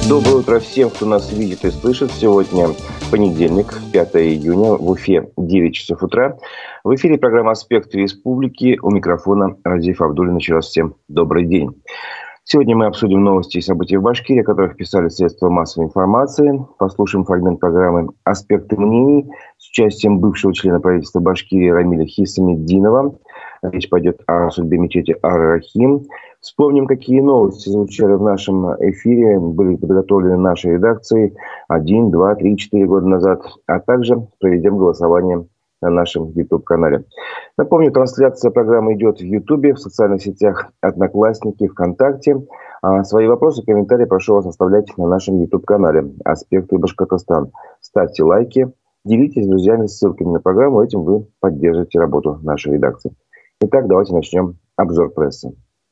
Доброе утро всем, кто нас видит и слышит. Сегодня понедельник, 5 июня, в Уфе 9 часов утра. В эфире программа «Аспекты республики». У микрофона Разиф Абдуллин. Еще раз всем добрый день. Сегодня мы обсудим новости и события в Башкирии, о которых писали средства массовой информации. Послушаем фрагмент программы «Аспекты мнений» с участием бывшего члена правительства Башкирии Рамиля Хисамиддинова. Речь пойдет о судьбе мечети Ар-Рахим. Вспомним, какие новости звучали в нашем эфире, были подготовлены нашей редакцией 1, 2, 3, 4 года назад, а также проведем голосование на нашем YouTube-канале. Напомню, трансляция программы идет в YouTube, в социальных сетях Одноклассники, ВКонтакте. А свои вопросы, комментарии прошу вас оставлять на нашем YouTube-канале «Аспекты Башкортостан». Ставьте лайки, делитесь с друзьями ссылками на программу, этим вы поддержите работу нашей редакции. Итак, давайте начнем обзор прессы.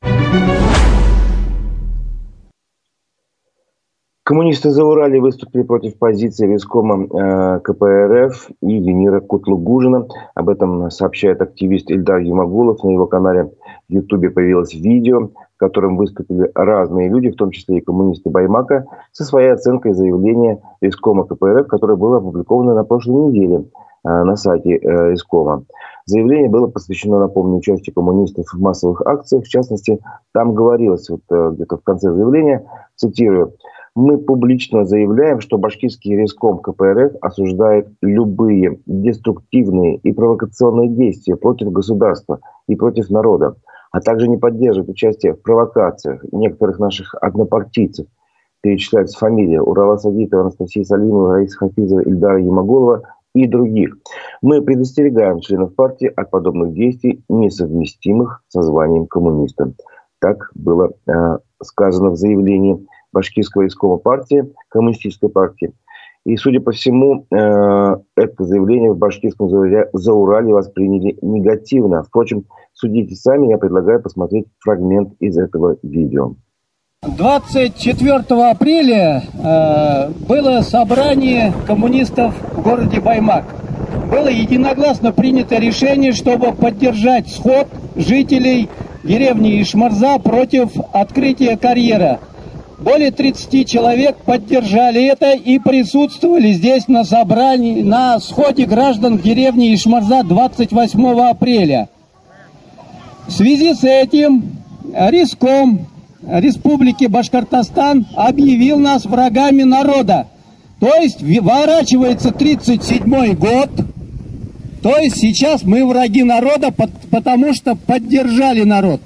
Коммунисты Заурали выступили против позиции райкома КПРФ и Юнира Кутлугужина. Об этом сообщает активист Ильдар Юмагулов. На его канале в Ютубе появилось видео, в котором выступили разные люди, в том числе и коммунисты Баймака, со своей оценкой заявления райкома КПРФ, которое было опубликовано на прошлой неделе на сайте райкома. Заявление было посвящено, напомню, участию коммунистов в массовых акциях. В частности, там говорилось где-то в конце заявления, цитирую: «Мы публично заявляем, что башкирский райком КПРФ осуждает любые деструктивные и провокационные действия против государства и против народа, а также не поддерживает участие в провокациях некоторых наших однопартийцев». Перечисляются фамилии Урала Сагитова, Анастасии Салимовой, Раисы Хафизовой, Ильдара Юмагулова и других. Мы предостерегаем членов партии от подобных действий, несовместимых со званием коммуниста. Так было сказано в заявлении башкирского райкома партии, коммунистической партии. И, судя по всему, это заявление в башкирском Заурале восприняли негативно. Впрочем, судите сами, я предлагаю посмотреть фрагмент из этого видео. 24 апреля было собрание коммунистов в городе Баймак. Было единогласно принято решение, чтобы поддержать сход жителей деревни Ишмарза против открытия карьера. Более 30 человек поддержали это и присутствовали здесь на собрании, на сходе граждан в деревне Ишмарза 28 апреля. В связи с этим райком Республики Башкортостан объявил нас врагами народа. То есть выворачивается 1937 год. То есть сейчас мы враги народа, потому что поддержали народ.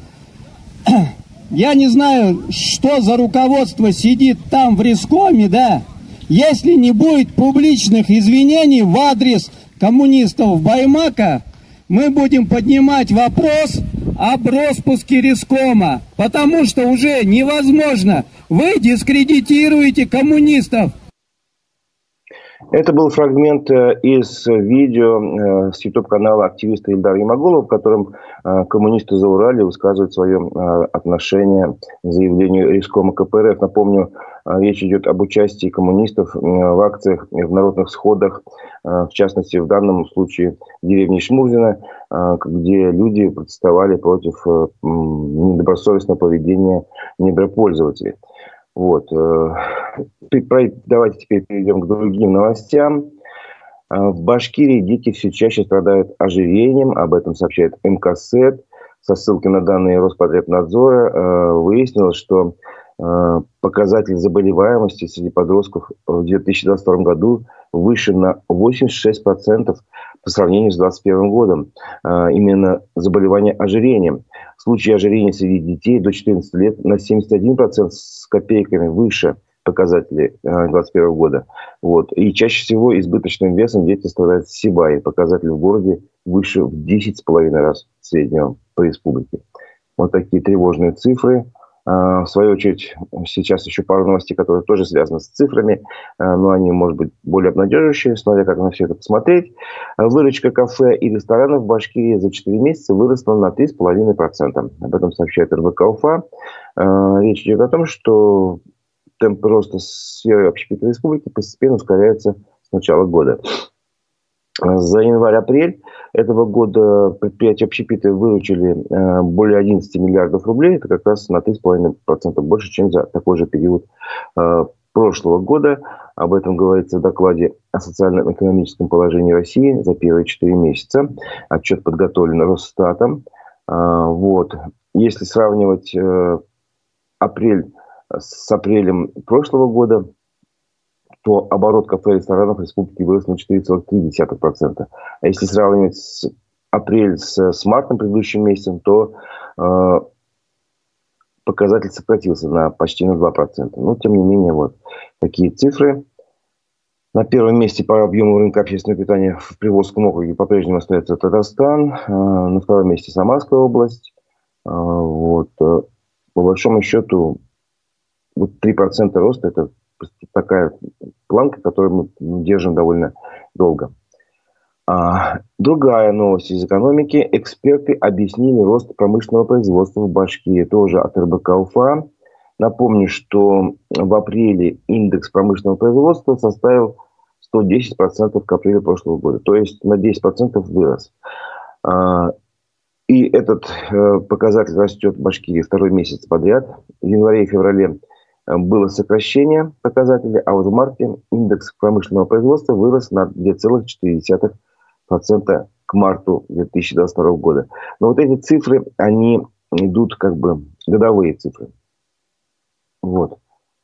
Я не знаю, что за руководство сидит там в райкоме, да. Если не будет публичных извинений в адрес коммунистов Баймака, мы будем поднимать вопрос об распуске райкома, потому что уже невозможно. Вы дискредитируете коммунистов. Это был фрагмент из видео с YouTube-канала активиста Ильдара Юмагулова, в котором коммунисты Заурали высказывают свое отношение к заявлению райкома КПРФ. Напомню, речь идет об участии коммунистов в акциях, в народных сходах, в частности, в данном случае в деревне Шмурзино, где люди протестовали против недобросовестного поведения недропользователей. Вот. Давайте теперь перейдем к другим новостям. В Башкирии дети все чаще страдают ожирением. Об этом сообщает МКСЭД. Со ссылкой на данные Роспотребнадзора выяснилось, что показатель заболеваемости среди подростков в 2022 году выше на 86% по сравнению с 2021 годом. Именно заболевание ожирением. Случаи ожирения среди детей до 14 лет на 71% с копейками выше показателей 2021 года. Вот. И чаще всего избыточным весом дети страдают с СИБАи. Показатель в городе выше в 10,5 раз среднего по республике. Вот такие тревожные цифры. В свою очередь, сейчас еще пару новостей, которые тоже связаны с цифрами, но они, может быть, более обнадеживающие, смотря как на все это посмотреть. Выручка кафе и ресторанов в Башкирии за 4 месяца выросла на 3,5%. Об этом сообщает РБК Уфа. Речь идет о том, что темп роста сферы общепита республики постепенно ускоряется с начала года. За январь-апрель этого года предприятия общепита выручили более 11 миллиардов рублей. Это как раз на 3,5% больше, чем за такой же период прошлого года. Об этом говорится в докладе о социально-экономическом положении России за первые 4 месяца. Отчет подготовлен Росстатом. Вот. Если сравнивать апрель с апрелем прошлого года, то оборот кафе и ресторанов республики вырос на 4,3%. А если сравнивать апрель с мартом предыдущим месяцем, то показатель сократился почти на 2%. Но, тем не менее, вот такие цифры. На первом месте по объему рынка общественного питания в Приволжском округе по-прежнему остается Татарстан. На втором месте Самарская область. Вот. По большому счету, вот 3% роста – это такая планка, которую мы держим довольно долго. Другая новость из экономики. Эксперты объяснили рост промышленного производства в Башкирии. Тоже от РБК Уфа. Напомню, что в апреле индекс промышленного производства составил 110% к апрелю прошлого года. То есть на 10% вырос. И этот показатель растет в Башкирии второй месяц подряд. В январе и феврале было сокращение показателей, а вот в марте индекс промышленного производства вырос на 2,4% к марту 2022 года. Но вот эти цифры, они идут как бы годовые цифры. Вот.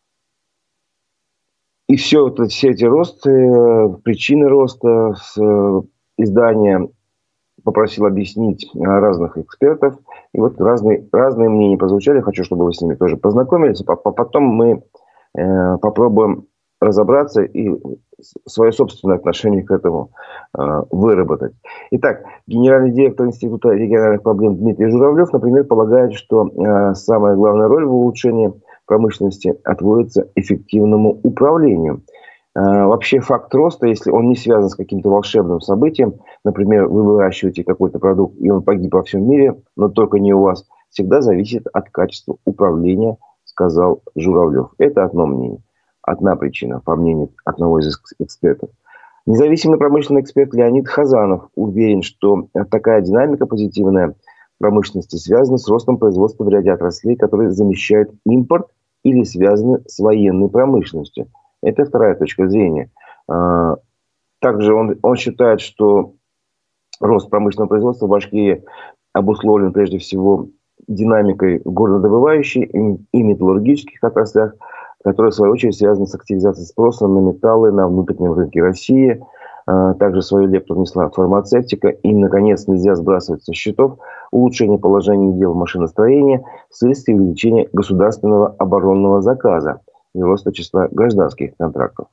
И все эти росты, причины роста, издание попросил объяснить разных экспертов. И вот разные мнения прозвучали. Хочу, чтобы вы с ними тоже познакомились. Потом мы попробуем разобраться и свое собственное отношение к этому выработать. Итак, генеральный директор Института региональных проблем Дмитрий Журавлев, например, полагает, что самая главная роль в улучшении промышленности отводится эффективному управлению. Вообще факт роста, если он не связан с каким-то волшебным событием, например, вы выращиваете какой-то продукт, и он погиб во всем мире, но только не у вас, всегда зависит от качества управления, сказал Журавлев. Это одно мнение. Одна причина, по мнению одного из экспертов. Независимый промышленный эксперт Леонид Хазанов уверен, что такая динамика позитивная промышленности связана с ростом производства в ряде отраслей, которые замещают импорт или связаны с военной промышленностью. Это вторая точка зрения. Также он считает, что рост промышленного производства в Башкирии обусловлен прежде всего динамикой в горнодобывающей и металлургических отраслях, которые в свою очередь связаны с активизацией спроса на металлы на внутреннем рынке России. Также свою лепту внесла фармацевтика. И, наконец, нельзя сбрасывать со счетов улучшение положения дел в машиностроении вследствие увеличения государственного оборонного заказа и роста числа гражданских контрактов.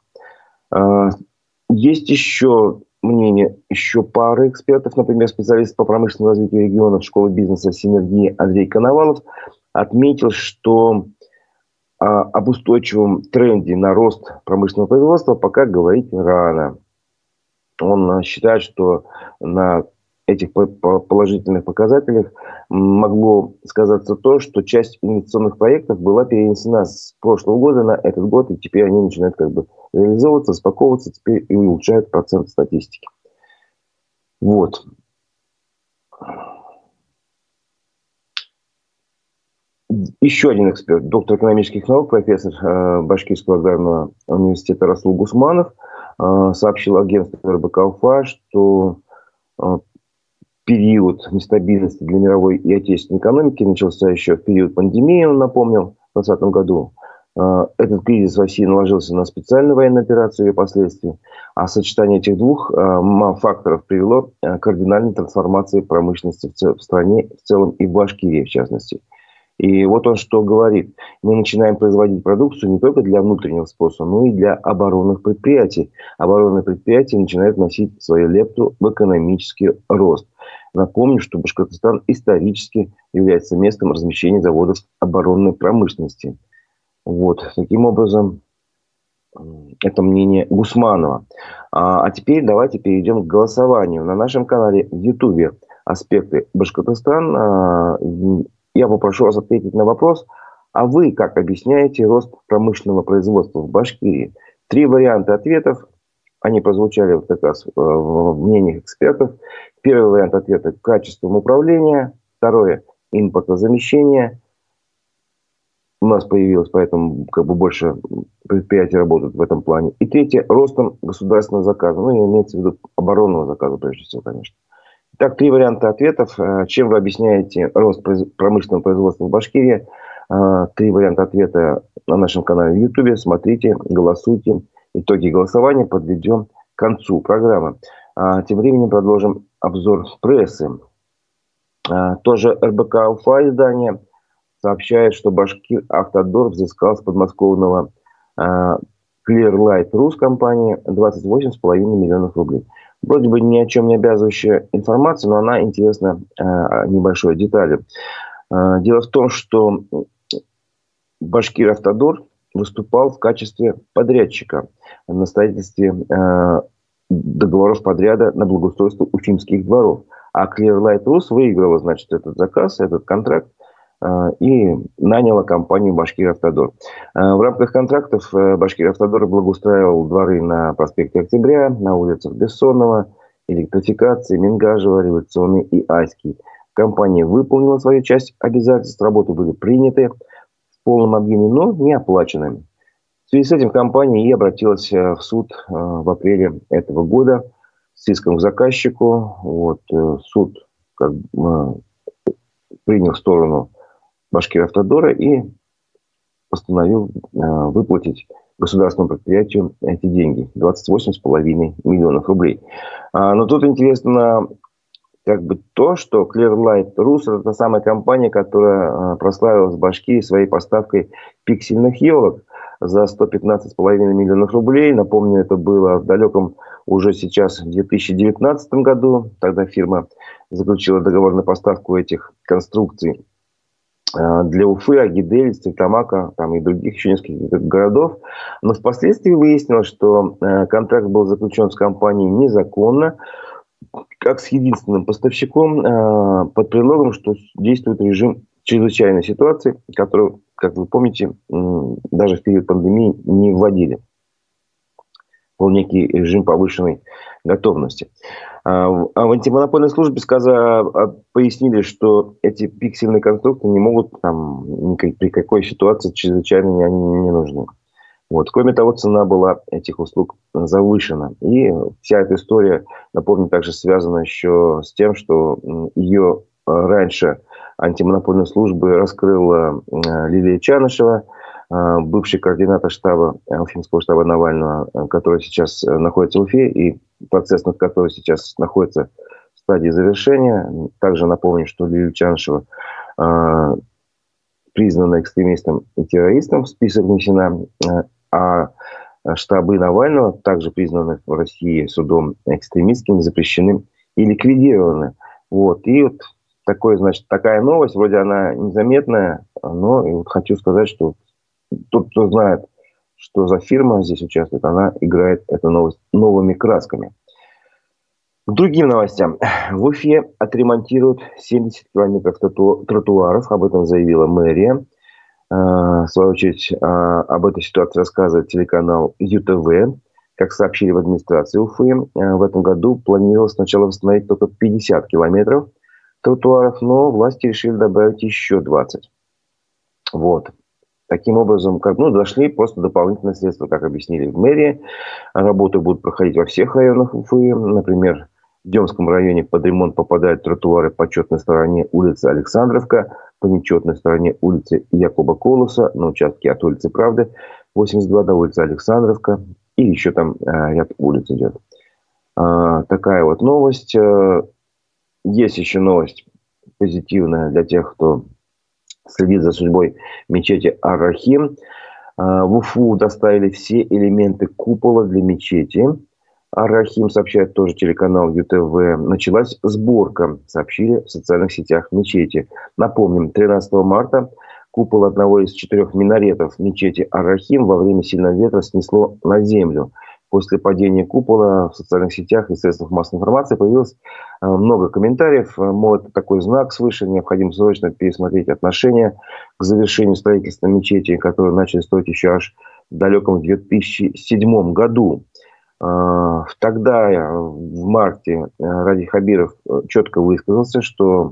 Есть еще мнение пары экспертов, например, специалист по промышленному развитию регионов школы бизнеса «Синергия» Андрей Коновалов отметил, что об устойчивом тренде на рост промышленного производства пока говорить рано. Он считает, что на этих положительных показателях могло сказаться то, что часть инвестиционных проектов была перенесена с прошлого года на этот год, и теперь они начинают как бы реализовываться, распаковываться, теперь и улучшают процент статистики. Вот. Еще один эксперт, доктор экономических наук, профессор Башкирского аграрного университета Расул Гусманов, сообщил агентству РБК Уфа, что период нестабильности для мировой и отечественной экономики начался еще в период пандемии, он напомнил, в 2020 году. Этот кризис в России наложился на специальную военную операцию и ее последствия, а сочетание этих двух факторов привело к кардинальной трансформации промышленности в стране в целом и в Башкирии в частности. И вот он что говорит. Мы начинаем производить продукцию не только для внутреннего спроса, но и для оборонных предприятий. Оборонные предприятия начинают вносить свою лепту в экономический рост. Напомню, что Башкортостан исторически является местом размещения заводов оборонной промышленности. Вот. Таким образом, это мнение Гусманова. А теперь давайте перейдем к голосованию. На нашем канале в Ютубе «Аспекты Башкортостана» я попрошу вас ответить на вопрос, а вы как объясняете рост промышленного производства в Башкирии? 3 варианта ответов. Они прозвучали вот как раз в мнениях экспертов. Первый вариант ответа – качеством управления. Второе – импортозамещение. У нас появилось, поэтому больше предприятий работают в этом плане. И третье – ростом государственного заказа. Ну, имеется в виду оборонного заказа, прежде всего, конечно. Так, 3 варианта ответов. Чем вы объясняете рост промышленного производства в Башкирии? 3 варианта ответа на нашем канале в YouTube. Смотрите, голосуйте. Итоги голосования подведем к концу программы. Тем временем продолжим обзор прессы. Тоже РБК Уфа издание сообщает, что Башкиравтодор взыскал с подмосковного Clearlight Rus компании 28,5 миллионов рублей. Вроде бы ни о чем не обязывающая информация, но она интересна небольшой деталью. Дело в том, что Башкиравтодор выступал в качестве подрядчика на строительстве договоров подряда на благоустройство уфимских дворов. А Clearlight Rus выиграла, значит, этот заказ, этот контракт и наняла компанию Башкиравтодор. В рамках контрактов Башкиравтодор благоустраивал дворы на проспекте Октября, на улицах Бессонова, Электрификации, Мингажева, Революционной и Айский. Компания выполнила свою часть обязательств, работы были приняты в полном объеме, но не оплаченными. В связи с этим компания и обратилась в суд в апреле этого года с иском к заказчику. Суд принял сторону Башкиравтодора и постановил выплатить государственному предприятию эти деньги. 28,5 миллионов рублей. Но тут интересно то, что Clearlight Rus – это та самая компания, которая прославилась в Башкирии своей поставкой пиксельных елок за 115,5 миллионов рублей. Напомню, это было в далеком уже сейчас 2019 году. Тогда фирма заключила договор на поставку этих конструкций для Уфы, Агидель, Стерлитамака и других еще нескольких городов. Но впоследствии выяснилось, что контракт был заключен с компанией незаконно, как с единственным поставщиком, под предлогом, что действует режим чрезвычайной ситуации, которую, как вы помните, даже в период пандемии не вводили. Был некий режим повышенной готовности. В антимонопольной службе пояснили, что эти пиксельные конструкции не могут при какой ситуации чрезвычайно они не нужны. Кроме того, цена была этих услуг завышена. И вся эта история, напомню, также связана еще с тем, что ее раньше антимонопольной службы раскрыла Лилия Чанышева, бывший координатор Уфимского штаба Навального, который сейчас находится в Уфе, и процесс над которым сейчас находится в стадии завершения. Также напомню, что Лилия Чанышева признана экстремистом и террористом, в список внесена, а штабы Навального, также признаны в России судом экстремистскими, запрещены и ликвидированы. Такая новость, вроде она незаметная, но хочу сказать, что тот, кто знает, что за фирма здесь участвует, она играет эту новость новыми красками. К другим новостям. В Уфе отремонтируют 70 километров тротуаров. Об этом заявила мэрия. В свою очередь, об этой ситуации рассказывает телеканал ЮТВ. Как сообщили в администрации Уфы, в этом году планировалось сначала восстановить только 50 километров тротуаров, но власти решили добавить еще 20. Таким образом, дошли просто дополнительные средства, как объяснили в мэрии. Работы будут проходить во всех районах Уфы. Например, в Демском районе под ремонт попадают тротуары по четной стороне улицы Александровка, по нечетной стороне улицы Якуба Колоса, на участке от улицы Правды 82 до улицы Александровка. И еще там ряд улиц идет. Такая новость. Есть еще новость позитивная для тех, кто следит за судьбой мечети Ар-Рахим. В Уфу доставили все элементы купола для мечети Ар-Рахим, сообщает тоже телеканал ЮТВ. Началась сборка, сообщили в социальных сетях мечети. Напомним, 13 марта купол одного из 4 минаретов мечети Ар-Рахим во время сильного ветра снесло на землю. После падения купола в социальных сетях и средствах массовой информации появилось много комментариев. Мол, это такой знак свыше, необходимо срочно пересмотреть отношение к завершению строительства мечети, которое начали строить еще аж в далеком 2007 году. Тогда, в марте, Ради Хабиров четко высказался, что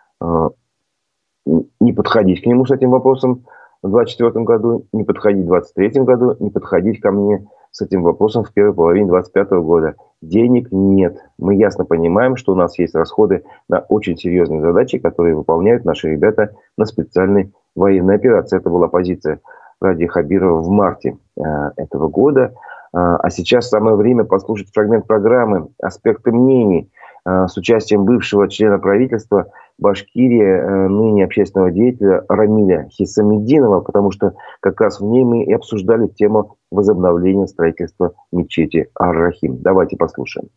не подходить к нему с этим вопросом в 2024 году, не подходить в 2023 году, не подходить ко мне с этим вопросом в первой половине 2025 года. Денег нет. Мы ясно понимаем, что у нас есть расходы на очень серьезные задачи, которые выполняют наши ребята на специальной военной операции. Это была позиция Ради Хабирова в марте этого года. А сейчас самое время послушать фрагмент программы «Аспекты мнений» с участием бывшего члена правительства Башкирии, ныне общественного деятеля Рамиля Хисамиддинова, потому что как раз в ней мы и обсуждали тему возобновления строительства мечети Ар-Рахим. Давайте послушаем.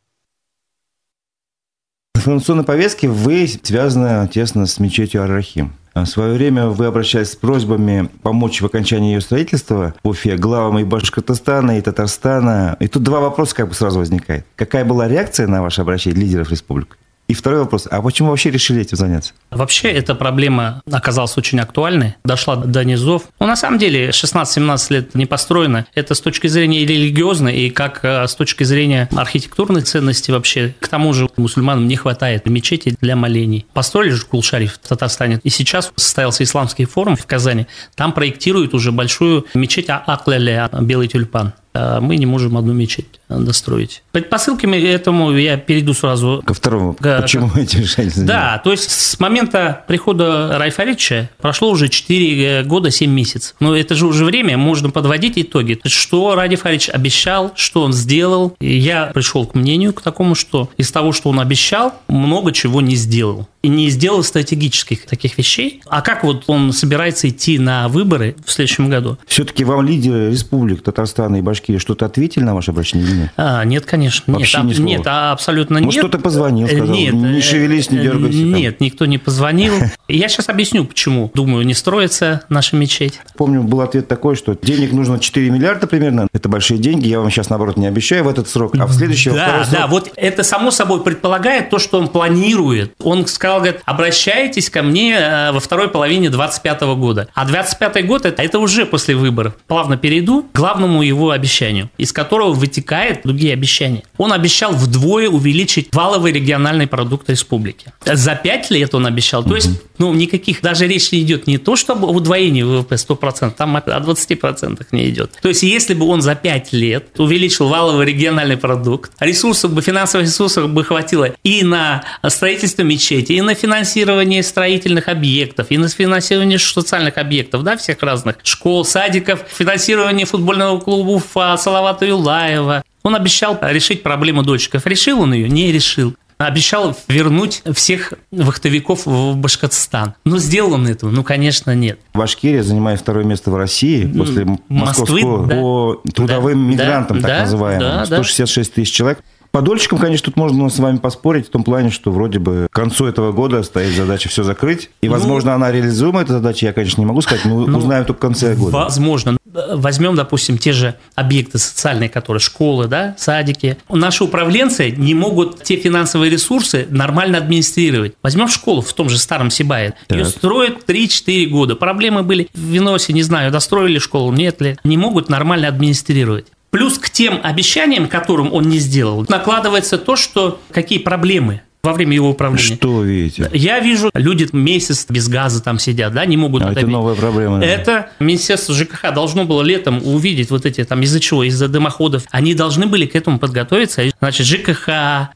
В информационной повестке вы связаны тесно с мечетью Ар-Рахим. В свое время вы обращались с просьбами помочь в окончании ее строительства в Уфе главам и Башкортостана, и Татарстана. И тут два вопроса сразу возникает. Какая была реакция на ваше обращение лидеров республик? И второй вопрос. А почему вообще решили этим заняться? Вообще эта проблема оказалась очень актуальной, дошла до низов. Но на самом деле 16-17 лет не построено. Это с точки зрения религиозной и как с точки зрения архитектурной ценности вообще. К тому же мусульманам не хватает мечети для молений. Построили же Кул-Шариф в Татарстане. И сейчас состоялся исламский форум в Казани. Там проектируют уже большую мечеть Ак-Леле, Белый тюльпан. Мы не можем одну мечеть достроить. Предпосылками этому я перейду сразу ко второму. Почему эти решения? Да, то есть с момента прихода Раифа Фаридовича прошло уже 4 года 7 месяцев. Но это же уже время, можно подводить итоги. Что Ради Фаридович обещал, что он сделал. И я пришел к мнению к такому, что из того, что он обещал, много чего не сделал. И не сделал стратегических таких вещей. А как вот он собирается идти на выборы в следующем году? Все-таки вам лидеры республик Татарстана и Башкирии что-то ответили на ваше обращение или нет? Нет, конечно. Вообще нет, абсолютно нет. Может, кто-то позвонил, сказал, нет, не шевелись, не дергайся. Нет, никто не позвонил. Я сейчас объясню, почему. Думаю, не строится наша мечеть. Помню, был ответ такой, что денег нужно 4 миллиарда примерно. Это большие деньги. Я вам сейчас, наоборот, не обещаю в этот срок, а в следующий, второй срок. Да, вот это само собой предполагает то, что он планирует. Он сказал, говорит, обращайтесь ко мне во второй половине 2025 года. А 2025 год это уже после выборов. Плавно перейду к главному его обещанию, из которого вытекают другие обещания. Он обещал вдвое увеличить валовый региональный продукт республики. За 5 лет он обещал. То есть, никаких, даже речь не идет не то, чтобы о удвоении ВВП 100%, там о 20% не идет. То есть, если бы он за 5 лет увеличил валовый региональный продукт, финансовых ресурсов бы хватило и на строительство мечети, и на финансирование строительных объектов, и на финансирование социальных объектов, да, всех разных школ, садиков, финансирование футбольного клуба Уфа, Салавата Юлаева. Он обещал решить проблему дольщиков. Решил он ее? Не решил. Обещал вернуть всех вахтовиков в Башкортостан. Но сделал он этого? Конечно, нет. Башкирия занимает второе место в России после московского по трудовым мигрантам, так называемым. 166 тысяч человек. По дольщикам, конечно, тут можно с вами поспорить в том плане, что вроде бы к концу этого года стоит задача все закрыть. И, возможно, она реализуема, эта задача, я, конечно, не могу сказать, но узнаем только в конце года. Возможно. Возьмем, допустим, те же объекты социальные, которые школы, да, садики. Наши управленцы не могут те финансовые ресурсы нормально администрировать. Возьмем школу в том же Старом Сибае. Ее строят 3-4 года. Проблемы были в Виносе, не знаю, достроили школу, нет ли. Не могут нормально администрировать. Плюс к тем обещаниям, которым он не сделал, накладывается то, что какие проблемы во время его управления. Что вы видите? Я вижу, люди месяц без газа там сидят, да, не могут... Это новая проблема. Это Министерство ЖКХ должно было летом увидеть вот эти там из-за чего, из-за дымоходов. Они должны были к этому подготовиться. Значит, ЖКХ...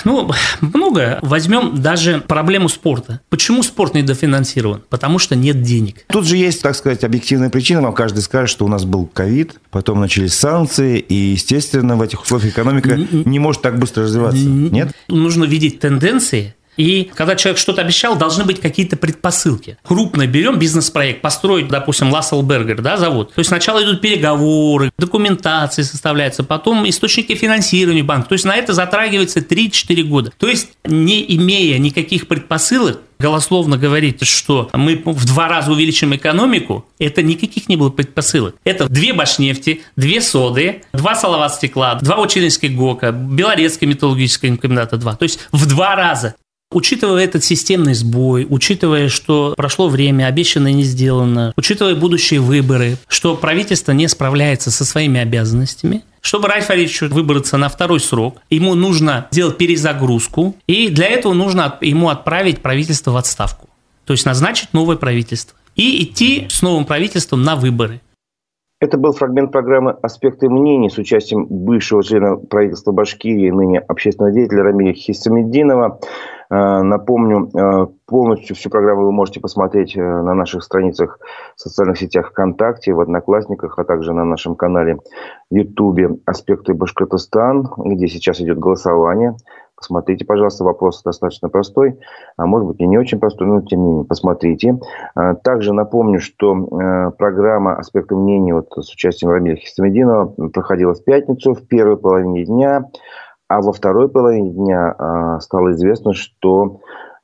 много. Возьмем даже проблему спорта. Почему спорт недофинансирован? Потому что нет денег. Тут же есть, так сказать, объективная причина. Вам каждый скажет, что у нас был ковид, потом начались санкции, и, естественно, в этих условиях экономика не может так быстро развиваться. Нет? Нужно видеть тенденции. И когда человек что-то обещал, должны быть какие-то предпосылки. Крупно берем бизнес-проект, построить, допустим, Ласселбергер, да, завод. То есть сначала идут переговоры, документации составляются, потом источники финансирования банка. То есть на это затрагивается 3-4 года. То есть не имея никаких предпосылок, голословно говорить, что мы в 2 раза увеличим экономику, это никаких не было предпосылок. Это 2 Башнефти, 2 Соды, 2 Салават-Стекла, 2 Училинских ГОКа, Белорецкое металлургическое комбината 2. То есть в 2 раза. Учитывая этот системный сбой, учитывая, что прошло время, обещанное не сделано, учитывая будущие выборы, что правительство не справляется со своими обязанностями, чтобы Ральфу Арефьевичу выбраться на второй срок, ему нужно сделать перезагрузку, и для этого нужно ему отправить правительство в отставку. То есть назначить новое правительство и идти с новым правительством на выборы. Это был фрагмент программы «Аспекты мнений» с участием бывшего члена правительства Башкирии, ныне общественного деятеля Рамиля Хисамиддинова. Напомню, полностью всю программу вы можете посмотреть на наших страницах в социальных сетях ВКонтакте, в Одноклассниках, а также на нашем канале в Ютубе «Аспекты Башкортостан», где сейчас идет голосование. Посмотрите, пожалуйста, вопрос достаточно простой, а может быть и не очень простой, но тем не менее посмотрите. Также напомню, что программа «Аспекты мнений» с участием Рамиля Хисамиддинова проходила в пятницу в первой половине дня. А во второй половине дня стало известно, что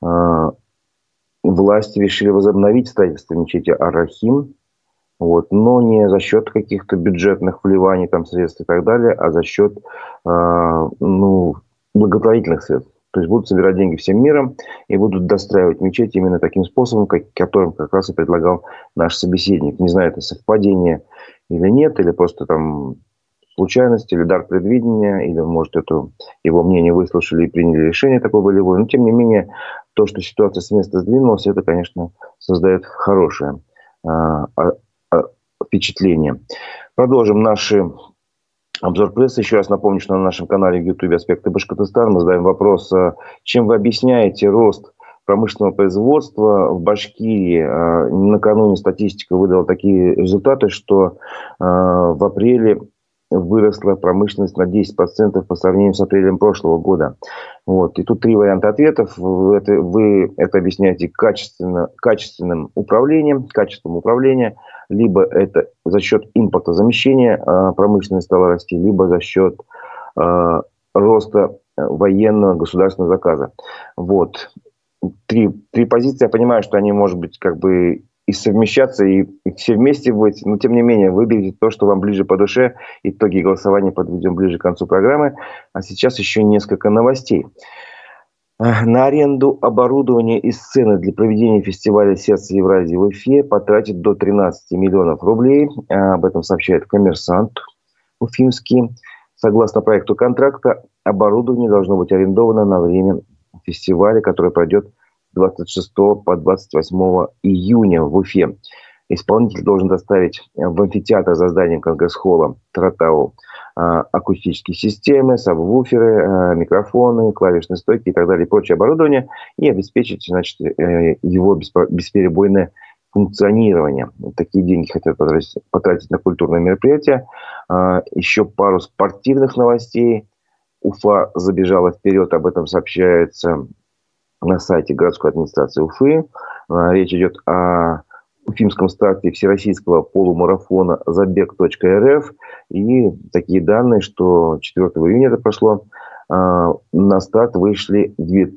власти решили возобновить строительство мечети Ар-Рахим, но не за счет каких-то бюджетных вливаний, средств и так далее, а за счет благотворительных средств. То есть будут собирать деньги всем миром и будут достраивать мечеть именно таким способом, которым как раз и предлагал наш собеседник. Не знаю, это совпадение или нет, или просто случайность или дар предвидения, или, может, это его мнение выслушали и приняли решение такое волевое. Но, тем не менее, то, что ситуация с места сдвинулась, это, конечно, создает хорошее впечатление. Продолжим наши обзор прессы. Еще раз напомню, что на нашем канале в YouTube «Аспекты Башкортостана» мы задаем вопрос, чем вы объясняете рост промышленного производства в Башкирии. Накануне статистика выдала такие результаты, что в апреле выросла промышленность на 10% по сравнению с апрелем прошлого года. И тут три варианта ответов. Вы это объясняете качественным управлением, качеством управления, либо это за счет импортозамещения промышленность стала расти, либо за счет роста военного государственного заказа. Три позиции. Я понимаю, что они, может быть, и совмещаться, и все вместе быть. Но, тем не менее, выберите то, что вам ближе по душе. Итоги голосования подведем ближе к концу программы. А сейчас еще несколько новостей. На аренду оборудования и сцены для проведения фестиваля «Сердце Евразии» в Уфе потратит до 13 миллионов рублей. Об этом сообщает «Коммерсант» уфимский. Согласно проекту контракта, оборудование должно быть арендовано на время фестиваля, который пройдет с 26 по 28 июня в Уфе. Исполнитель должен доставить в амфитеатр за зданием Конгресс-холла Таратау акустические системы, сабвуферы, микрофоны, клавишные стойки и так далее, прочее оборудование, и обеспечить, его бесперебойное функционирование. Такие деньги хотят потратить на культурные мероприятия. Еще пару спортивных новостей. Уфа забежала вперед, об этом сообщается на сайте городской администрации Уфы. Речь идет о уфимском старте всероссийского полумарафона забег.рф. И такие данные, что 4 июня это прошло, на старт вышли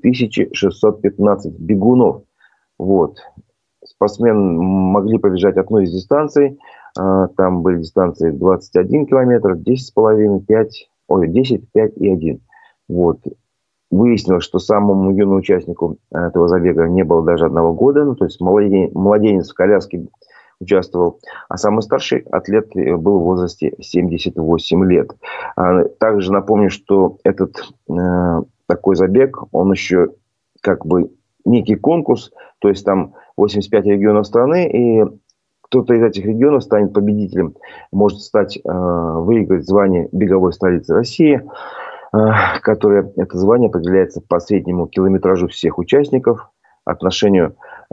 2615 бегунов. Спортсмены могли побежать одну из дистанций. Там были дистанции 21 километр, 10,5, 5, 10, 5 и 1. Выяснилось, что самому юному участнику этого забега не было даже 1 года. То есть младенец в коляске участвовал. А самый старший атлет был в возрасте 78 лет. Также напомню, что этот такой забег, он еще некий конкурс. То есть там 85 регионов страны, и кто-то из этих регионов станет победителем, может выиграть звание беговой столицы России, которое это звание определяется по среднему километражу всех участников, отношению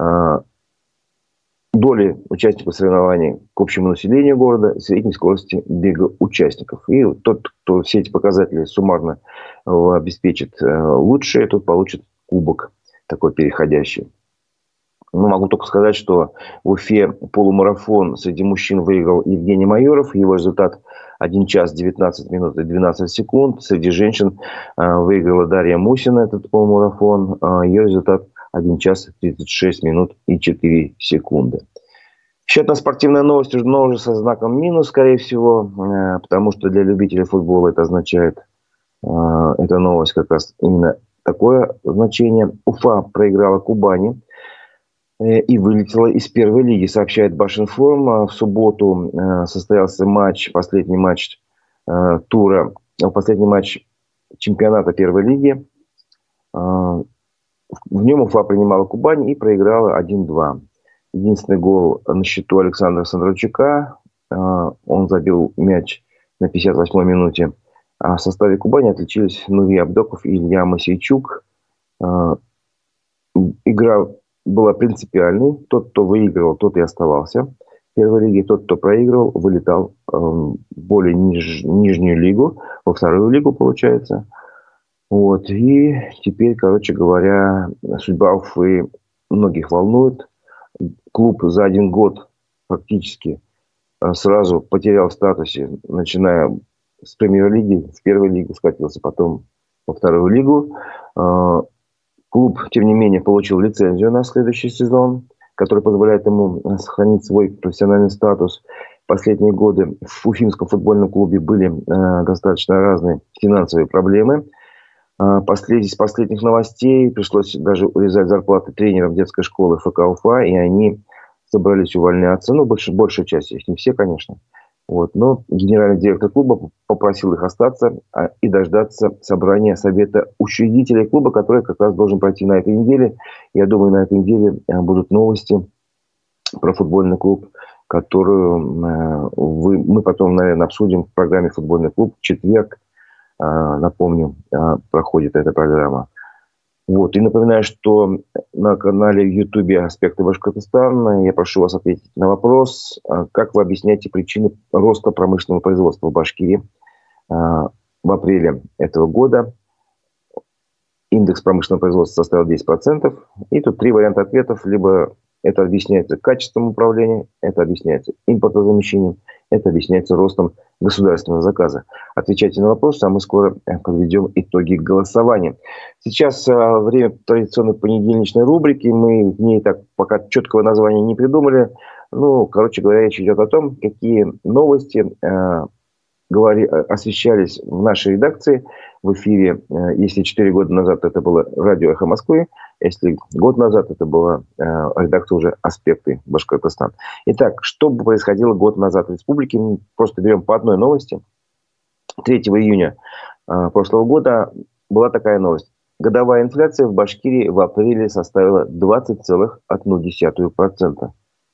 доли участников соревнований к общему населению города, средней скорости бега участников. И тот, кто все эти показатели суммарно обеспечит лучшее, тот получит кубок такой переходящий. Могу только сказать, что в Уфе полумарафон среди мужчин выиграл Евгений Майоров. Его результат 1 час 19 минут и 12 секунд. Среди женщин выиграла Дарья Мусина этот полумарафон. Ее результат 1 час 36 минут и 4 секунды. Еще одна спортивная новость, но уже со знаком минус, скорее всего, потому что для любителей футбола это означает, эта новость как раз именно такое значение. Уфа проиграла Кубани и вылетела из первой лиги, сообщает Башинформ. В субботу состоялся последний матч чемпионата первой лиги. В нем Уфа принимала Кубань и проиграла 1-2. Единственный гол на счету Александра Сандрачука. Он забил мяч на 58-й минуте. А в составе Кубани отличились Нури Абдоков и Илья Масейчук. Игра была принципиальной. Тот, кто выигрывал, тот и оставался в первой лиге. Тот, кто проигрывал, вылетал в более нижнюю лигу, во вторую лигу, получается. Вот. И теперь, короче говоря, судьба Уфы многих волнует. Клуб за один год фактически сразу потерял в статусе, начиная с премьер-лиги, в первой лиге скатился, потом во вторую лигу. Клуб, тем не менее, получил лицензию на следующий сезон, который позволяет ему сохранить свой профессиональный статус. В последние годы в Уфимском футбольном клубе были достаточно разные финансовые проблемы. Из последних новостей пришлось даже урезать зарплаты тренерам детской школы ФК Уфа, и они собрались увольняться. Ну, большая часть их, не все, конечно. Вот. Но генеральный директор клуба попросил их остаться и дождаться собрания совета учредителей клуба, который как раз должен пройти на этой неделе. Я думаю, на этой неделе будут новости про футбольный клуб, которую мы потом, наверное, обсудим в программе «Футбольный клуб». В четверг, напомню, проходит эта программа. Вот. И напоминаю, что на канале в Ютубе «Аспекты Башкортостана» я прошу вас ответить на вопрос, как вы объясняете причины роста промышленного производства в Башкирии в апреле этого года. Индекс промышленного производства составил 10%. И тут три варианта ответов. Либо это объясняется качеством управления, это объясняется импортозамещением, это объясняется ростом государственного заказа. Отвечайте на вопросы, а мы скоро подведем итоги голосования. Сейчас время традиционной понедельничной рубрики. Мы в ней так пока четкого названия не придумали. Ну, короче говоря, речь идет о том, какие новости освещались в нашей редакции в эфире. Если 4 года назад это было радио «Эхо Москвы», если год назад это была редакция уже «Аспекты Башкортостан». Итак, что бы происходило год назад в республике? Мы просто берем по одной новости. 3 июня прошлого года была такая новость. Годовая инфляция в Башкирии в апреле составила 20,1%.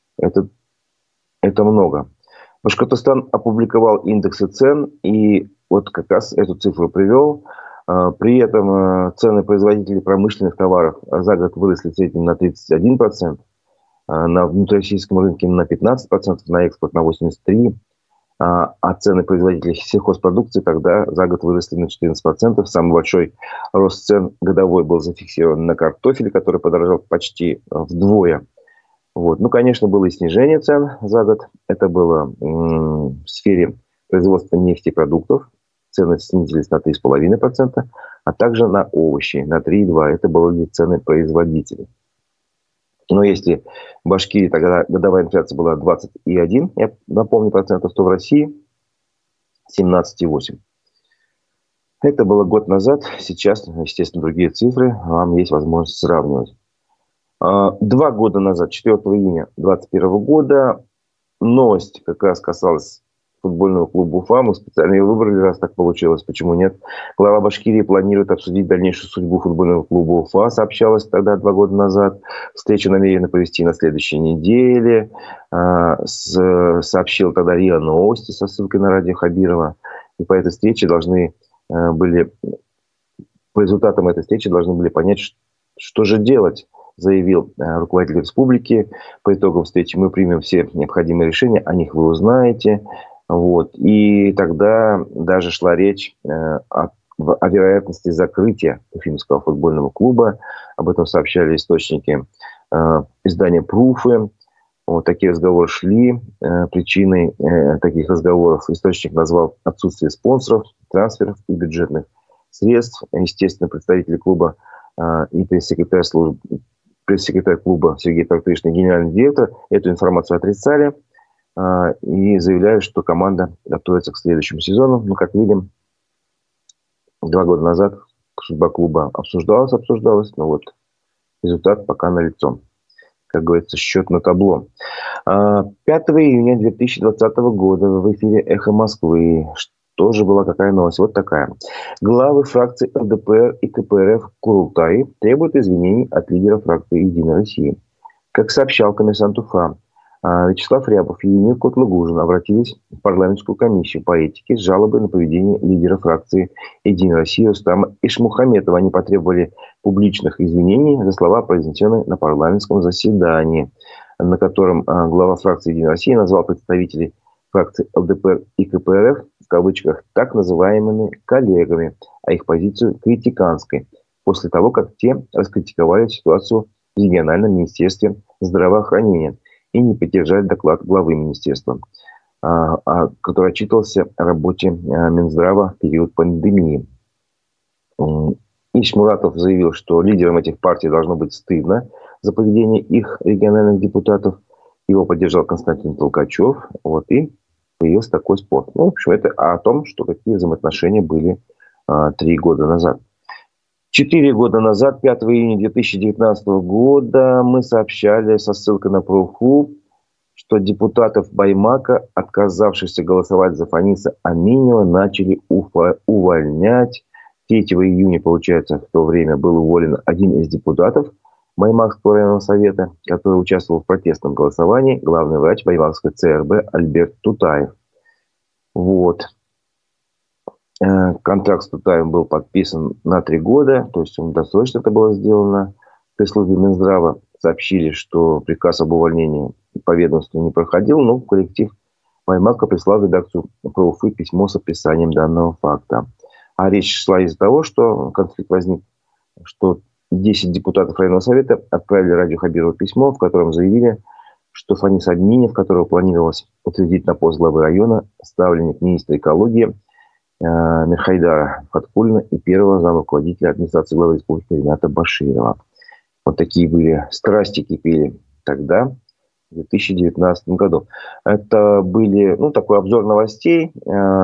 Это много. Башкортостан опубликовал индексы цен, и вот как раз эту цифру привел. При этом цены производителей промышленных товаров за год выросли в среднем на 31%, на внутрироссийском рынке на 15%, на экспорт на 83%, а цены производителей сельхозпродукции тогда за год выросли на 14%. Самый большой рост цен годовой был зафиксирован на картофеле, который подорожал почти вдвое. Вот. Ну, конечно, было и снижение цен за год. Это было в сфере производства нефтепродуктов. Цены снизились на 3,5%, а также на овощи на 3,2%. Это были цены производителей. Но если в Башкирии тогда годовая инфляция была 20,1%, я напомню, процентов, то в России 17,8%. Это было год назад. Сейчас, естественно, другие цифры. Вам есть возможность сравнивать. 2 года назад, 4 июня 2021 года, новость как раз касалась футбольного клуба Уфа. Мы специально ее выбрали, раз так получилось. Почему нет? Глава Башкирии планирует обсудить дальнейшую судьбу футбольного клуба Уфа, сообщалось тогда 2 года назад. Встречу намерены провести на следующей неделе. Сообщил тогда РИА Новости со ссылкой на радио Хабирова. И по этой встрече по результатам этой встречи должны были понять, что же делать, заявил руководитель республики. По итогам встречи мы примем все необходимые решения, о них вы узнаете. Вот. И тогда даже шла речь о вероятности закрытия Уфимского футбольного клуба. Об этом сообщали источники издания «Пруфы». Вот такие разговоры шли. Причиной таких разговоров источник назвал отсутствие спонсоров, трансферов и бюджетных средств. Естественно, представители клуба и пресс-секретарь клуба Сергей Тартышный, генеральный директор, эту информацию отрицали и заявляют, что команда готовится к следующему сезону. Но, как видим, 2 года назад судьба клуба обсуждалась, но вот результат пока налицо. Как говорится, счет на табло. 5 июня 2020 года в эфире «Эхо Москвы» тоже была какая новость? Вот такая. Главы фракций ЛДПР и КПРФ Курултай требуют извинений от лидера фракции «Единая Россия». Как сообщал коммерсант Уфа Вячеслав Рябов и Юнир Кутлугужин обратились в парламентскую комиссию по этике с жалобой на поведение лидера фракции «Единая Россия» Рустама Ишмухаметова. Они потребовали публичных извинений за слова, произнесенные на парламентском заседании, на котором глава фракции «Единая Россия» назвал представителей фракции ЛДПР и КПРФ в кавычках так называемыми коллегами, а их позицию критиканской, после того, как те раскритиковали ситуацию в региональном министерстве здравоохранения и не поддержали доклад главы министерства, который отчитывался о работе Минздрава в период пандемии. Ишмуратов заявил, что лидерам этих партий должно быть стыдно за поведение их региональных депутатов. Его поддержал Константин Толкачев. И появился такой спор. В общем, это о том, что какие взаимоотношения были 3 года назад. 4 года назад, 5 июня 2019 года, мы сообщали со ссылкой на ПроУФУ, что депутатов Баймака, отказавшихся голосовать за Фаниса Аминева, начали увольнять. 3 июня, получается, в то время был уволен один из депутатов Баймакского районного совета, который участвовал в протестном голосовании, главный врач Баймакской ЦРБ Альберт Тутаев. Контракт с Тутаевым был подписан на 3 года, то есть досрочно это было сделано. В пресс-службе Минздрава сообщили, что приказ об увольнении по ведомству не проходил, но коллектив Баймака прислал в редакцию ПроУФы письмо с описанием данного факта. А речь шла из-за того, что конфликт возник, что 10 депутатов районного совета отправили Радию Хабирову письмо, в котором заявили, что Фанис Аминев, которого планировалось утвердить на пост главы района, ставленник министра экологии Мирхайдара Фаткуллина и первого замруководителя администрации главы республики Рената Баширова. Вот такие были страсти кипели тогда, в 2019 году. Это были, такой обзор новостей,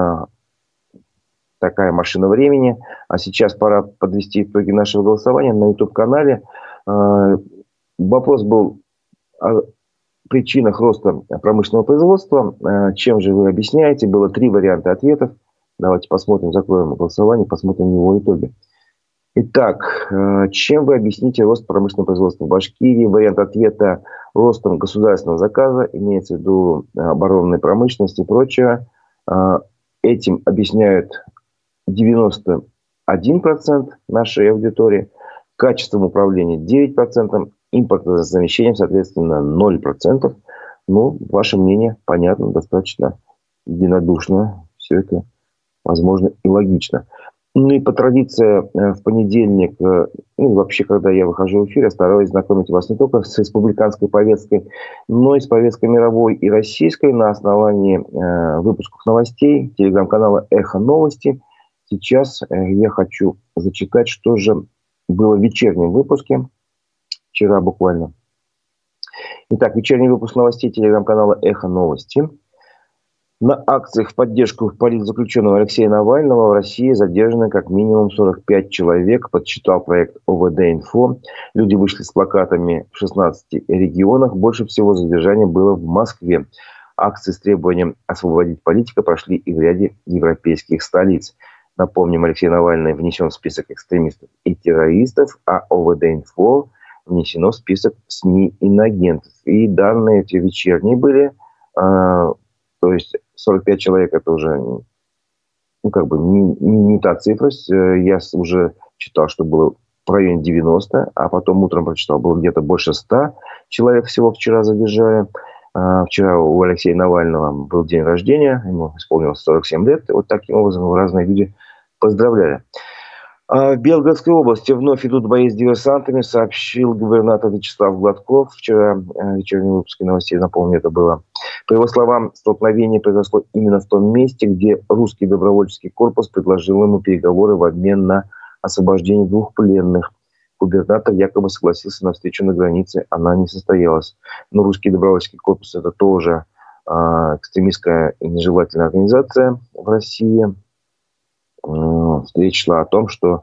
такая машина времени. А сейчас пора подвести итоги нашего голосования на YouTube-канале. Вопрос был о причинах роста промышленного производства. Чем же вы объясняете? Было 3 варианта ответов. Давайте посмотрим, закроем голосование, посмотрим его итоги. Итак, чем вы объясните рост промышленного производства в Башкирии? Вариант ответа – ростом государственного заказа, имеется в виду оборонной промышленности и прочее. Этим объясняют 91% нашей аудитории, качеством управления 9%, импортозамещением, соответственно, 0%. Ваше мнение, понятно, достаточно единодушно. Все это возможно и логично. И по традиции в понедельник, вообще, когда я выхожу в эфир, я стараюсь знакомить вас не только с республиканской повесткой, но и с повесткой мировой и российской на основании выпусков новостей телеграм-канала «Эхо Новости». Сейчас я хочу зачитать, что же было в вечернем выпуске, вчера буквально. Итак, вечерний выпуск новостей телеграм-канала «Эхо Новости». На акциях в поддержку политзаключенного Алексея Навального в России задержаны как минимум 45 человек, подсчитал проект ОВД-Инфо. Люди вышли с плакатами в 16 регионах. Больше всего задержаний было в Москве. Акции с требованием освободить политика прошли и в ряде европейских столиц. Напомним, Алексей Навальный внесен в список экстремистов и террористов, а ОВД-Инфо внесено в список СМИ-иноагентов. И данные эти вечерние были, то есть 45 человек, это уже не та цифра. Я уже читал, что было в районе 90, а потом утром прочитал, было где-то больше 100 человек всего вчера задержали. Вчера у Алексея Навального был день рождения, ему исполнилось 47 лет. И вот таким образом разные люди поздравляли. В Белгородской области вновь идут бои с диверсантами, сообщил губернатор Вячеслав Гладков. Вчера в вечернем выпуске новостей, напомню, это было. По его словам, столкновение произошло именно в том месте, где русский добровольческий корпус предложил ему переговоры в обмен на освобождение 2 пленных. Губернатор якобы согласился на встречу на границе, она не состоялась. Но русский добровольческий корпус – это тоже экстремистская и нежелательная организация в России. Речь шла о том, что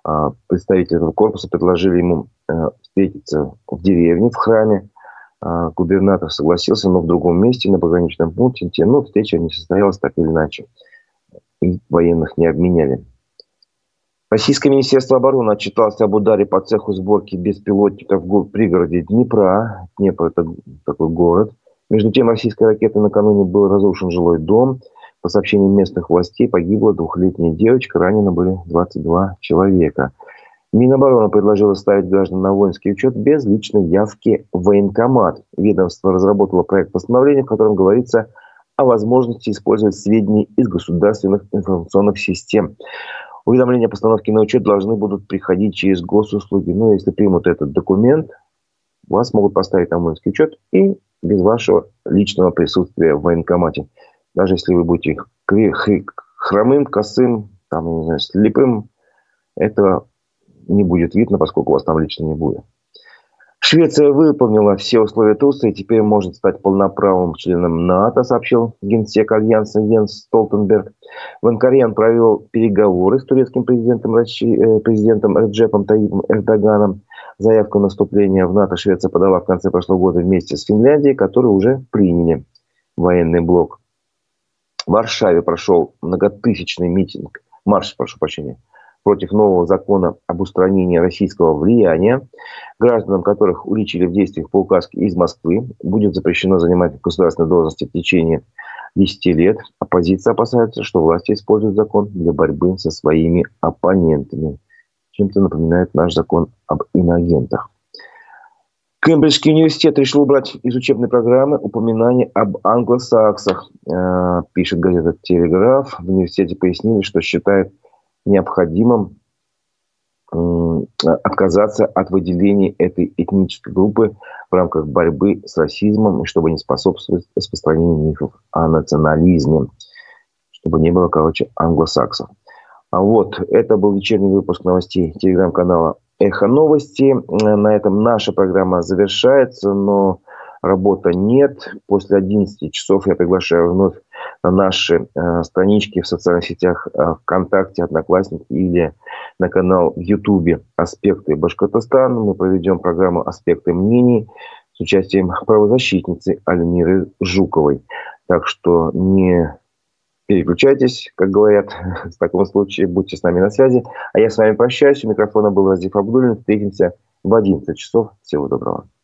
Представители этого корпуса предложили ему встретиться в деревне, в храме. Губернатор согласился, но в другом месте, на пограничном пункте. Но встреча не состоялась так или иначе. И военных не обменяли. Российское Министерство обороны отчиталось об ударе по цеху сборки беспилотников в пригороде Днепра. Днепр – это такой город. Между тем, российской ракетой накануне был разрушен жилой дом. По сообщениям местных властей, погибла 2-летняя девочка, ранено были 22 человека. Минобороны предложило ставить граждан на воинский учет без личной явки в военкомат. Ведомство разработало проект постановления, в котором говорится о возможности использовать сведения из государственных информационных систем. Уведомления о постановке на учет должны будут приходить через госуслуги. Но если примут этот документ, вас могут поставить на воинский учет и без вашего личного присутствия в военкомате. Даже если вы будете хромым, косым, слепым, это не будет видно, поскольку вас там лично не будет. Швеция выполнила все условия Турции и теперь может стать полноправным членом НАТО, сообщил генсек Альянса Йенс Столтенберг. В Анкаре он провел переговоры с турецким президентом Реджепом Таyyипом Эрдоганом. Заявку на вступление в НАТО Швеция подала в конце прошлого года вместе с Финляндией, которые уже приняли военный блок. В Варшаве прошел многотысячный марш против нового закона об устранении российского влияния. Гражданам, которых уличили в действиях по указке из Москвы, будет запрещено занимать государственные должности в течение 10 лет. Оппозиция опасается, что власти используют закон для борьбы со своими оппонентами. Чем-то напоминает наш закон об иноагентах. Кембриджский университет решил убрать из учебной программы упоминание об англосаксах, пишет газета «Телеграф». В университете пояснили, что считают необходимым отказаться от выделения этой этнической группы в рамках борьбы с расизмом, и чтобы не способствовать распространению мифов о национализме, чтобы не было, англосаксов. Это был вечерний выпуск новостей телеграм-канала «Эхо Новости». На этом наша программа завершается, но работы нет. После 11 часов я приглашаю вновь на наши странички в социальных сетях ВКонтакте, Одноклассники или на канал в Ютубе «Аспекты Башкортостана». Мы проведем программу «Аспекты мнений» с участием правозащитницы Альмиры Жуковой. Так что не переключайтесь, как говорят. В таком случае будьте с нами на связи. А я с вами прощаюсь. У микрофона был Разиф Абдуллин. Встретимся в 11 часов. Всего доброго.